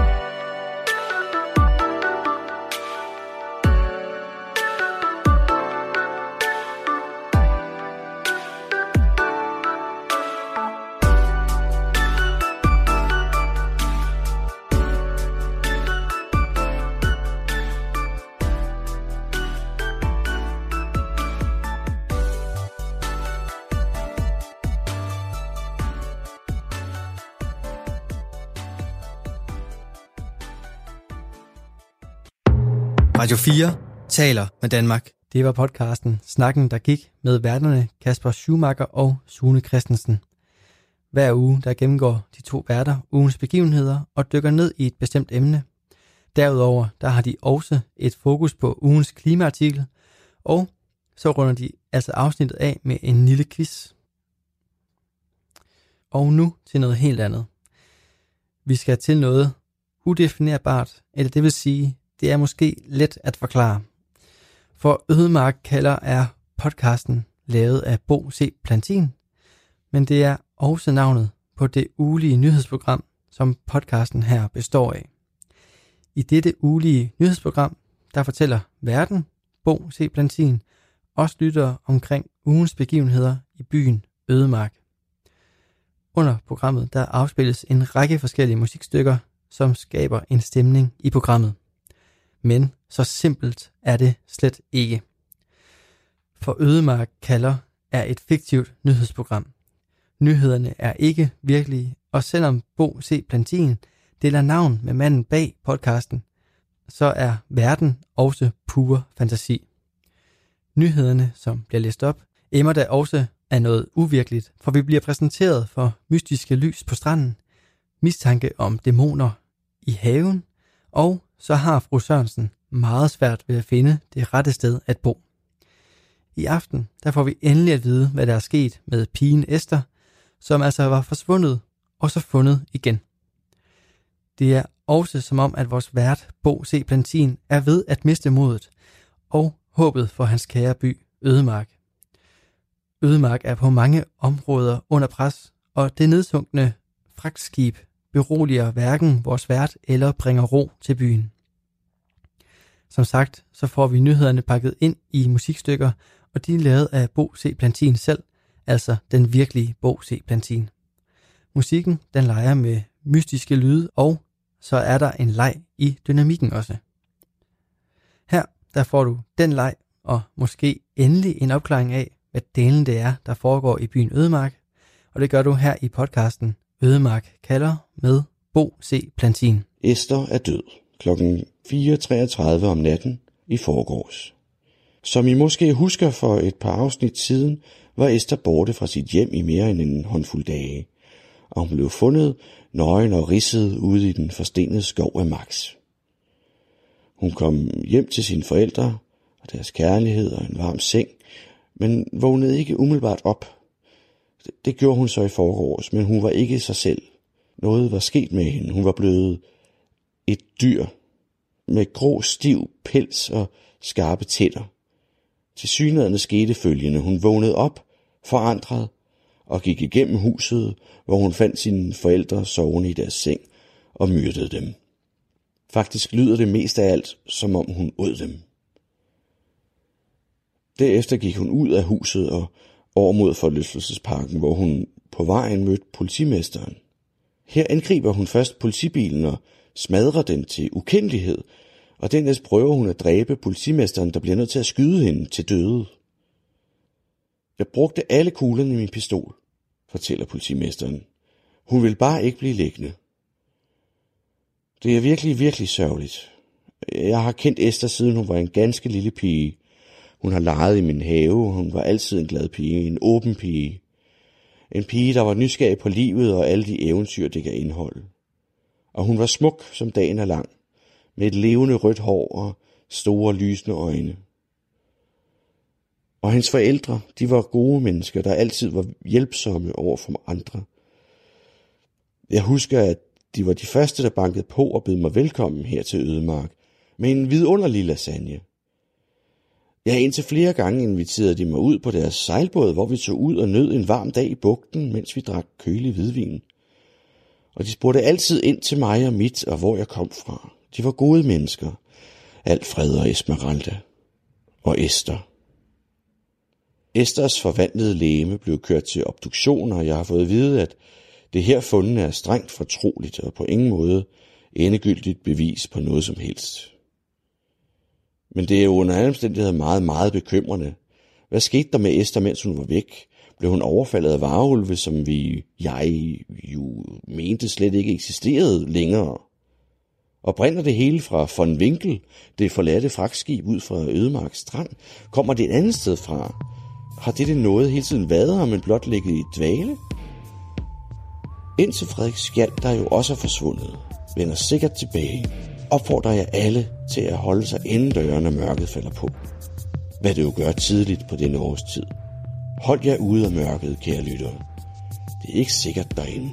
Radio 4 taler med Danmark. Det var podcasten Snakken, der gik med værterne Kasper Schumacher og Sune Christensen. Hver uge der gennemgår de to værter ugens begivenheder og dykker ned i et bestemt emne. Derudover der har de også et fokus på ugens klimaartikel, og så runder de altså afsnittet af med en lille quiz. Og nu til noget helt andet. Vi skal til noget udefinerbart, eller det vil sige, det er måske let at forklare. For Ødemark kalder er podcasten lavet af Bo C. Plantin, men det er også navnet på det ugelige nyhedsprogram, som podcasten her består af. I dette ugelige nyhedsprogram, der fortæller værten, Bo C. Plantin, også lyttere omkring ugens begivenheder i byen Ødemark. Under programmet der afspilles en række forskellige musikstykker, som skaber en stemning i programmet. Men så simpelt er det slet ikke. For Ødemark kalder er et fiktivt nyhedsprogram. Nyhederne er ikke virkelige, og selvom Bo C. Plantin deler navn med manden bag podcasten, så er verden også pure fantasi. Nyhederne, som bliver læst op, emmer da også af noget uvirkeligt, for vi bliver præsenteret for mystiske lys på stranden, mistanke om dæmoner i haven, og så har fru Sørensen meget svært ved at finde det rette sted at bo. I aften der får vi endelig at vide, hvad der er sket med pigen Esther, som altså var forsvundet og så fundet igen. Det er også som om, at vores vært Bo C. Plantin er ved at miste modet og håbet for hans kære by Ødemark. Ødemark er på mange områder under pres, og det nedsunkne fragtskib beroliger hverken vores vært eller bringer ro til byen. Som sagt, så får vi nyhederne pakket ind i musikstykker, og de er lavet af Bo C. Plantin selv, altså den virkelige Bo C. Plantin. Musikken, den leger med mystiske lyde, og så er der en leg i dynamikken også. Her, der får du den leg, og måske endelig en opklaring af, hvad delen det er, der foregår i byen Ødemark, og det gør du her i podcasten Ødemark kalder med Bo C. Plantin. Esther er død klokken 4:33 om natten i forgårs. Som I måske husker for et par afsnit siden, var Esther borte fra sit hjem i mere end en håndfuld dage, og hun blev fundet nøgen og ridset ude i den forstenede skov af Max. Hun kom hjem til sine forældre og deres kærlighed og en varm seng, men vågnede ikke umiddelbart op. Det gjorde hun så i forgårs, men hun var ikke sig selv. Noget var sket med hende. Hun var blevet et dyr med grå, stiv pels og skarpe tænder. Tilsyneladende skete følgende. Hun vågnede op, forandret, og gik igennem huset, hvor hun fandt sine forældre sovende i deres seng og myrdede dem. Faktisk lyder det mest af alt, som om hun åd dem. Derefter gik hun ud af huset og over mod forlystelsesparken, hvor hun på vejen mødte politimesteren. Her angriber hun først politibilen og smadrer den til ukendelighed, og dernæst prøver hun at dræbe politimesteren, der bliver nødt til at skyde hende til døde. Jeg brugte alle kuglerne i min pistol, fortæller politimesteren. Hun vil bare ikke blive liggende. Det er virkelig, virkelig sørgeligt. Jeg har kendt Esther, siden hun var en ganske lille pige. Hun har leget i min have, hun var altid en glad pige, en åben pige. En pige, der var nysgerrig på livet og alle de eventyr, det kan indeholde. Og hun var smuk, som dagen er lang, med et levende rødt hår og store lysende øjne. Og hendes forældre, de var gode mennesker, der altid var hjælpsomme over for andre. Jeg husker, at de var de første, der bankede på og bød mig velkommen her til Ødemark, med en vidunderlig lasagne. Jeg har indtil flere gange inviteret de mig ud på deres sejlbåd, hvor vi tog ud og nød en varm dag i bugten, mens vi drak kølig hvidvin. Og de spurgte altid ind til mig og mit, og hvor jeg kom fra. De var gode mennesker. Alfred og Esmeralda. Og Esther. Esthers forvandlede legeme blev kørt til obduktion, og jeg har fået at vide, at det her fundne er strengt fortroligt og på ingen måde endegyldigt bevis på noget som helst. Men det er jo under alle omstændigheder meget, meget bekymrende. Hvad skete der med Esther, mens hun var væk? Blev hun overfaldet af varulve, som jeg jo mente slet ikke eksisterede længere? Og brænder det hele fra von Winkel, det forladte fragtskib ud fra Ødemark Strand? Kommer det et andet sted fra? Har det noget hele tiden været her, men blot ligget i dvale? Indtil Frederik Skjald, der jo også er forsvundet, vender sikkert tilbage, opfordrer jeg alle til at holde sig inden døren, når mørket falder på. Hvad det jo gør tidligt på denne års tid. Hold jer ude af mørket, kære lyttere. Det er ikke sikkert derinde.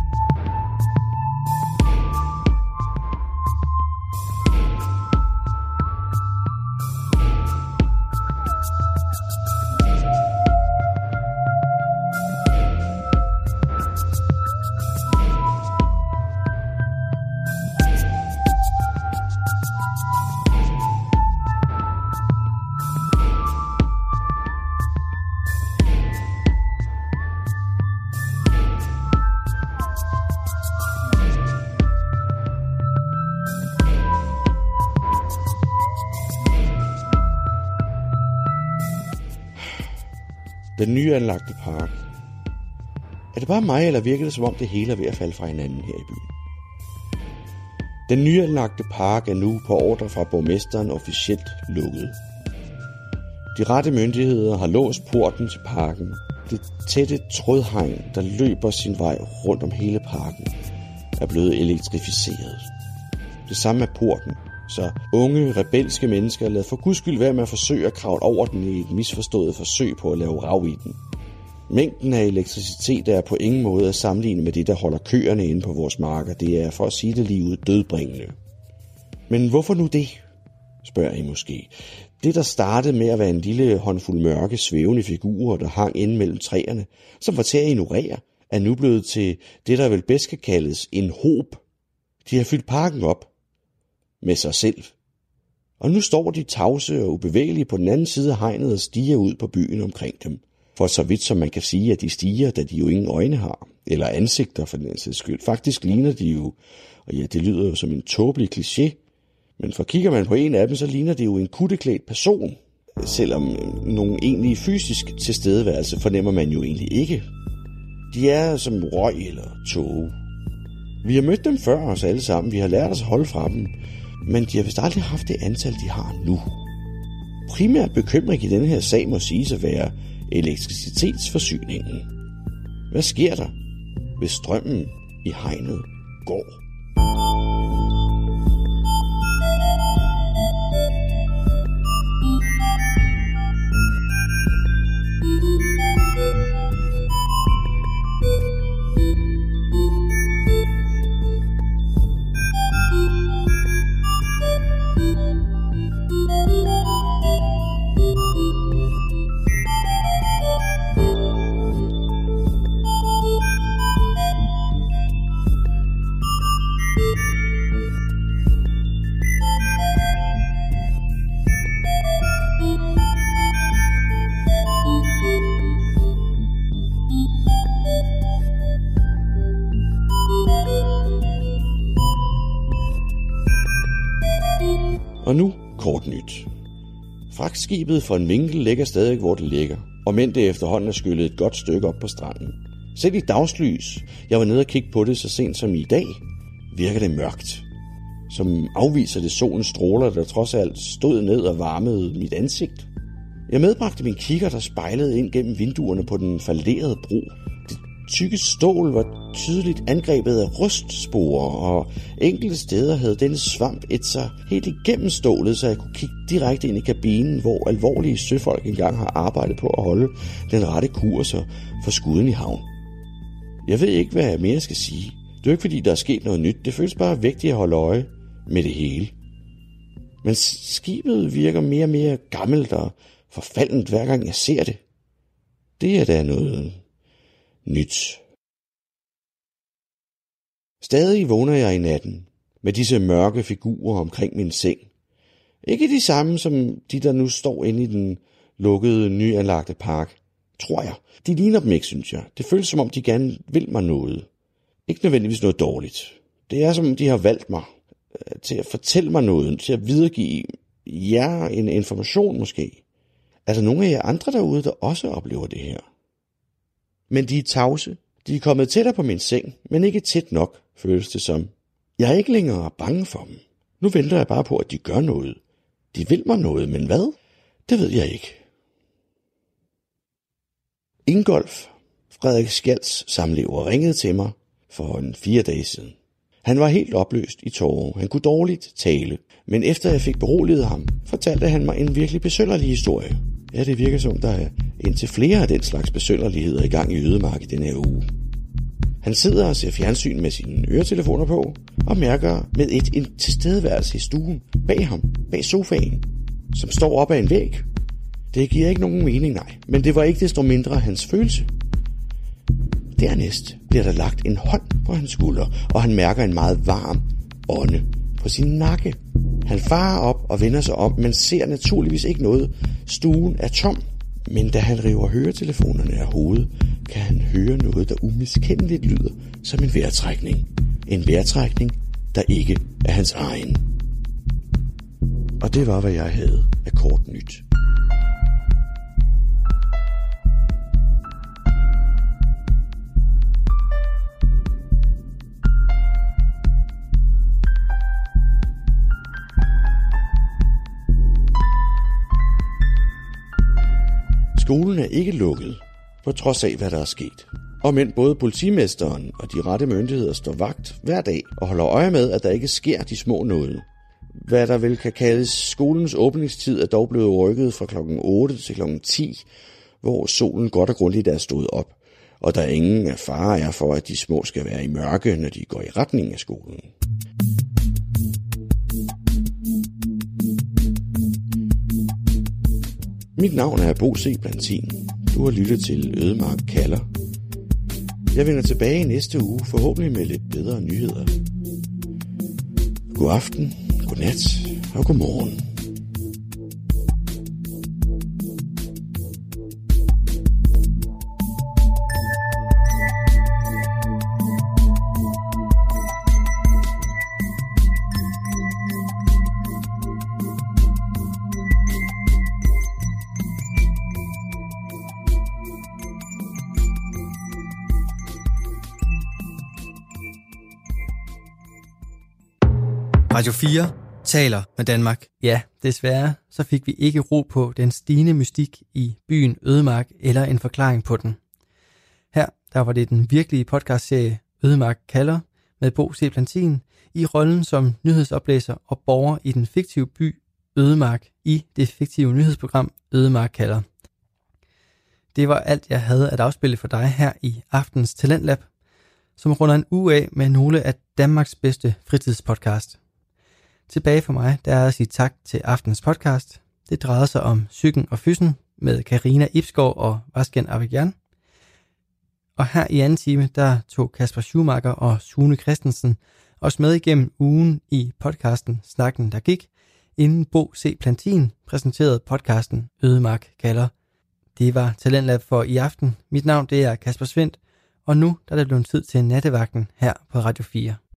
Den nyanlagte park. Er det bare mig, eller virker det som om det hele er ved at falde fra hinanden her i byen? Den nyanlagte park er nu på ordre fra borgmesteren officielt lukket. De rette myndigheder har låst porten til parken. Det tætte trådhegn, der løber sin vej rundt om hele parken, er blevet elektrificeret. Det samme er porten, så unge, rebelske mennesker lader for guds skyld være med at forsøge at kravle over den i et misforstået forsøg på at lave rav i den. Mængden af elektricitet er på ingen måde at sammenligne med det, der holder køerne inde på vores marker. Det er, for at sige det lige ud, dødbringende. Men hvorfor nu det? Spørger I måske. Det, der startede med at være en lille håndfuld mørke, svævende figurer, der hang inde mellem træerne, som var til at ignorere, er nu blevet til det, der vel bedst kan kaldes en hob. De har fyldt parken op med sig selv. Og nu står de tavse og ubevægelige på den anden side af hegnet og stiger ud på byen omkring dem. For så vidt som man kan sige, at de stiger, da de jo ingen øjne har, eller ansigter for den sags skyld. Faktisk ligner de jo, og ja, det lyder jo som en tåbelig kliché, men for kigger man på en af dem, så ligner det jo en kutteklædt person. Selvom nogen egentlig fysisk tilstedeværelse fornemmer man jo egentlig ikke. De er som røg eller tåge. Vi har mødt dem før os alle sammen, vi har lært os at holde fra dem, men de har vist aldrig haft det antal, de har nu. Primært bekymring i denne her sag må siges at være elektricitetsforsyningen. Hvad sker der, hvis strømmen i hegnet går? Og nu kort nyt. Fragtskibet fra en vinkel ligger stadig, hvor det ligger, og men det efterhånden er skyllet et godt stykke op på stranden. Selv i dagslys, jeg var nede og kigge på det så sent som i dag, virker det mørkt. Som afviser det solens stråler, der trods alt stod ned og varmede mit ansigt. Jeg medbragte min kigger, der spejlede ind gennem vinduerne på den falderede bro. Det tykke stål var tydeligt angrebet af rustsporer, og enkelte steder havde denne svamp et sig helt igennem stålet, så jeg kunne kigge direkte ind i kabinen, hvor alvorlige søfolk engang har arbejdet på at holde den rette kurs og få skuden i havn. Jeg ved ikke, hvad jeg mere skal sige. Det er jo ikke, fordi der er sket noget nyt. Det føles bare vigtigt at holde øje med det hele. Men skibet virker mere og mere gammelt og forfaldent, hver gang jeg ser det. Det er da noget nyt. Stadig vågner jeg i natten med disse mørke figurer omkring min seng. Ikke de samme som de, der nu står inde i den lukkede, nyanlagte park, tror jeg. De ligner dem ikke, synes jeg. Det føles som om, de gerne vil mig noget. Ikke nødvendigvis noget dårligt. Det er som om, de har valgt mig til at fortælle mig noget, til at videregive jer en information måske. Er der nogle af jer andre derude, der også oplever det her? Men de er tavse. De er kommet tættere på min seng, men ikke tæt nok, føles det som. Jeg er ikke længere bange for dem. Nu venter jeg bare på, at de gør noget. De vil mig noget, men hvad? Det ved jeg ikke. Ingolf, Frederik Skjalds samlever, ringede til mig for 4 dage siden. Han var helt opløst i tårer. Han kunne dårligt tale, men efter jeg fik beroliget ham, fortalte han mig en virkelig besynderlig historie. Ja, det virker som, der er indtil flere af den slags besynderligheder i gang i Ødemark i denne her uge. Han sidder og ser fjernsyn med sine øretelefoner på, og mærker med en tilstedeværelse i stuen bag ham, bag sofaen, som står op ad en væg. Det giver ikke nogen mening, nej, men det var ikke desto mindre hans følelse. Dernæst bliver der lagt en hånd på hans skulder, og han mærker en meget varm ånde på sin nakke. Han farer op og vender sig om, men ser naturligvis ikke noget. Stuen er tom, men da han river høretelefonerne af hovedet, kan han høre noget, der umiskendeligt lyder som en vejrtrækning. En vejrtrækning, der ikke er hans egen. Og det var, hvad jeg havde af kort nyt. Skolen er ikke lukket, på trods af, hvad der er sket. Og men både politimesteren og de rette myndigheder står vagt hver dag og holder øje med, at der ikke sker de små noget. Hvad der vel kan kaldes skolens åbningstid er dog blevet rykket fra klokken 8 til klokken 10, hvor solen godt og grundigt er stået op, og der ingen fare er for, at de små skal være i mørke, når de går i retning af skolen. Mit navn er Bo C. Plantin. Du har lyttet til Ødemark kalder. Jeg vender tilbage i næste uge, forhåbentlig med lidt bedre nyheder. God aften, god nat og god morgen. Radio 4 taler med Danmark. Ja, desværre så fik vi ikke ro på den stigende mystik i byen Ødemark eller en forklaring på den. Her der var det den virkelige podcastserie Ødemark kalder med Bo C. Plantin i rollen som nyhedsoplæser og borger i den fiktive by Ødemark i det fiktive nyhedsprogram Ødemark kalder. Det var alt, jeg havde at afspille for dig her i aftens Talentlab, som runder en uge af med nogle af Danmarks bedste fritidspodcast. Tilbage for mig, der er at sige tak til aftens podcast. Det drejede sig om Psyken og Fyssen med Karina Ibsgaard og Vasken Avigyan. Og her i anden time, der tog Kasper Schumacher og Sune Christensen os med igennem ugen i podcasten Snakken, der gik, inden Bo C. Plantin præsenterede podcasten Ødemark kalder. Det var Talentlab for i aften. Mit navn det er Kasper Svendt, og nu der er det blevet tid til nattevagten her på Radio 4.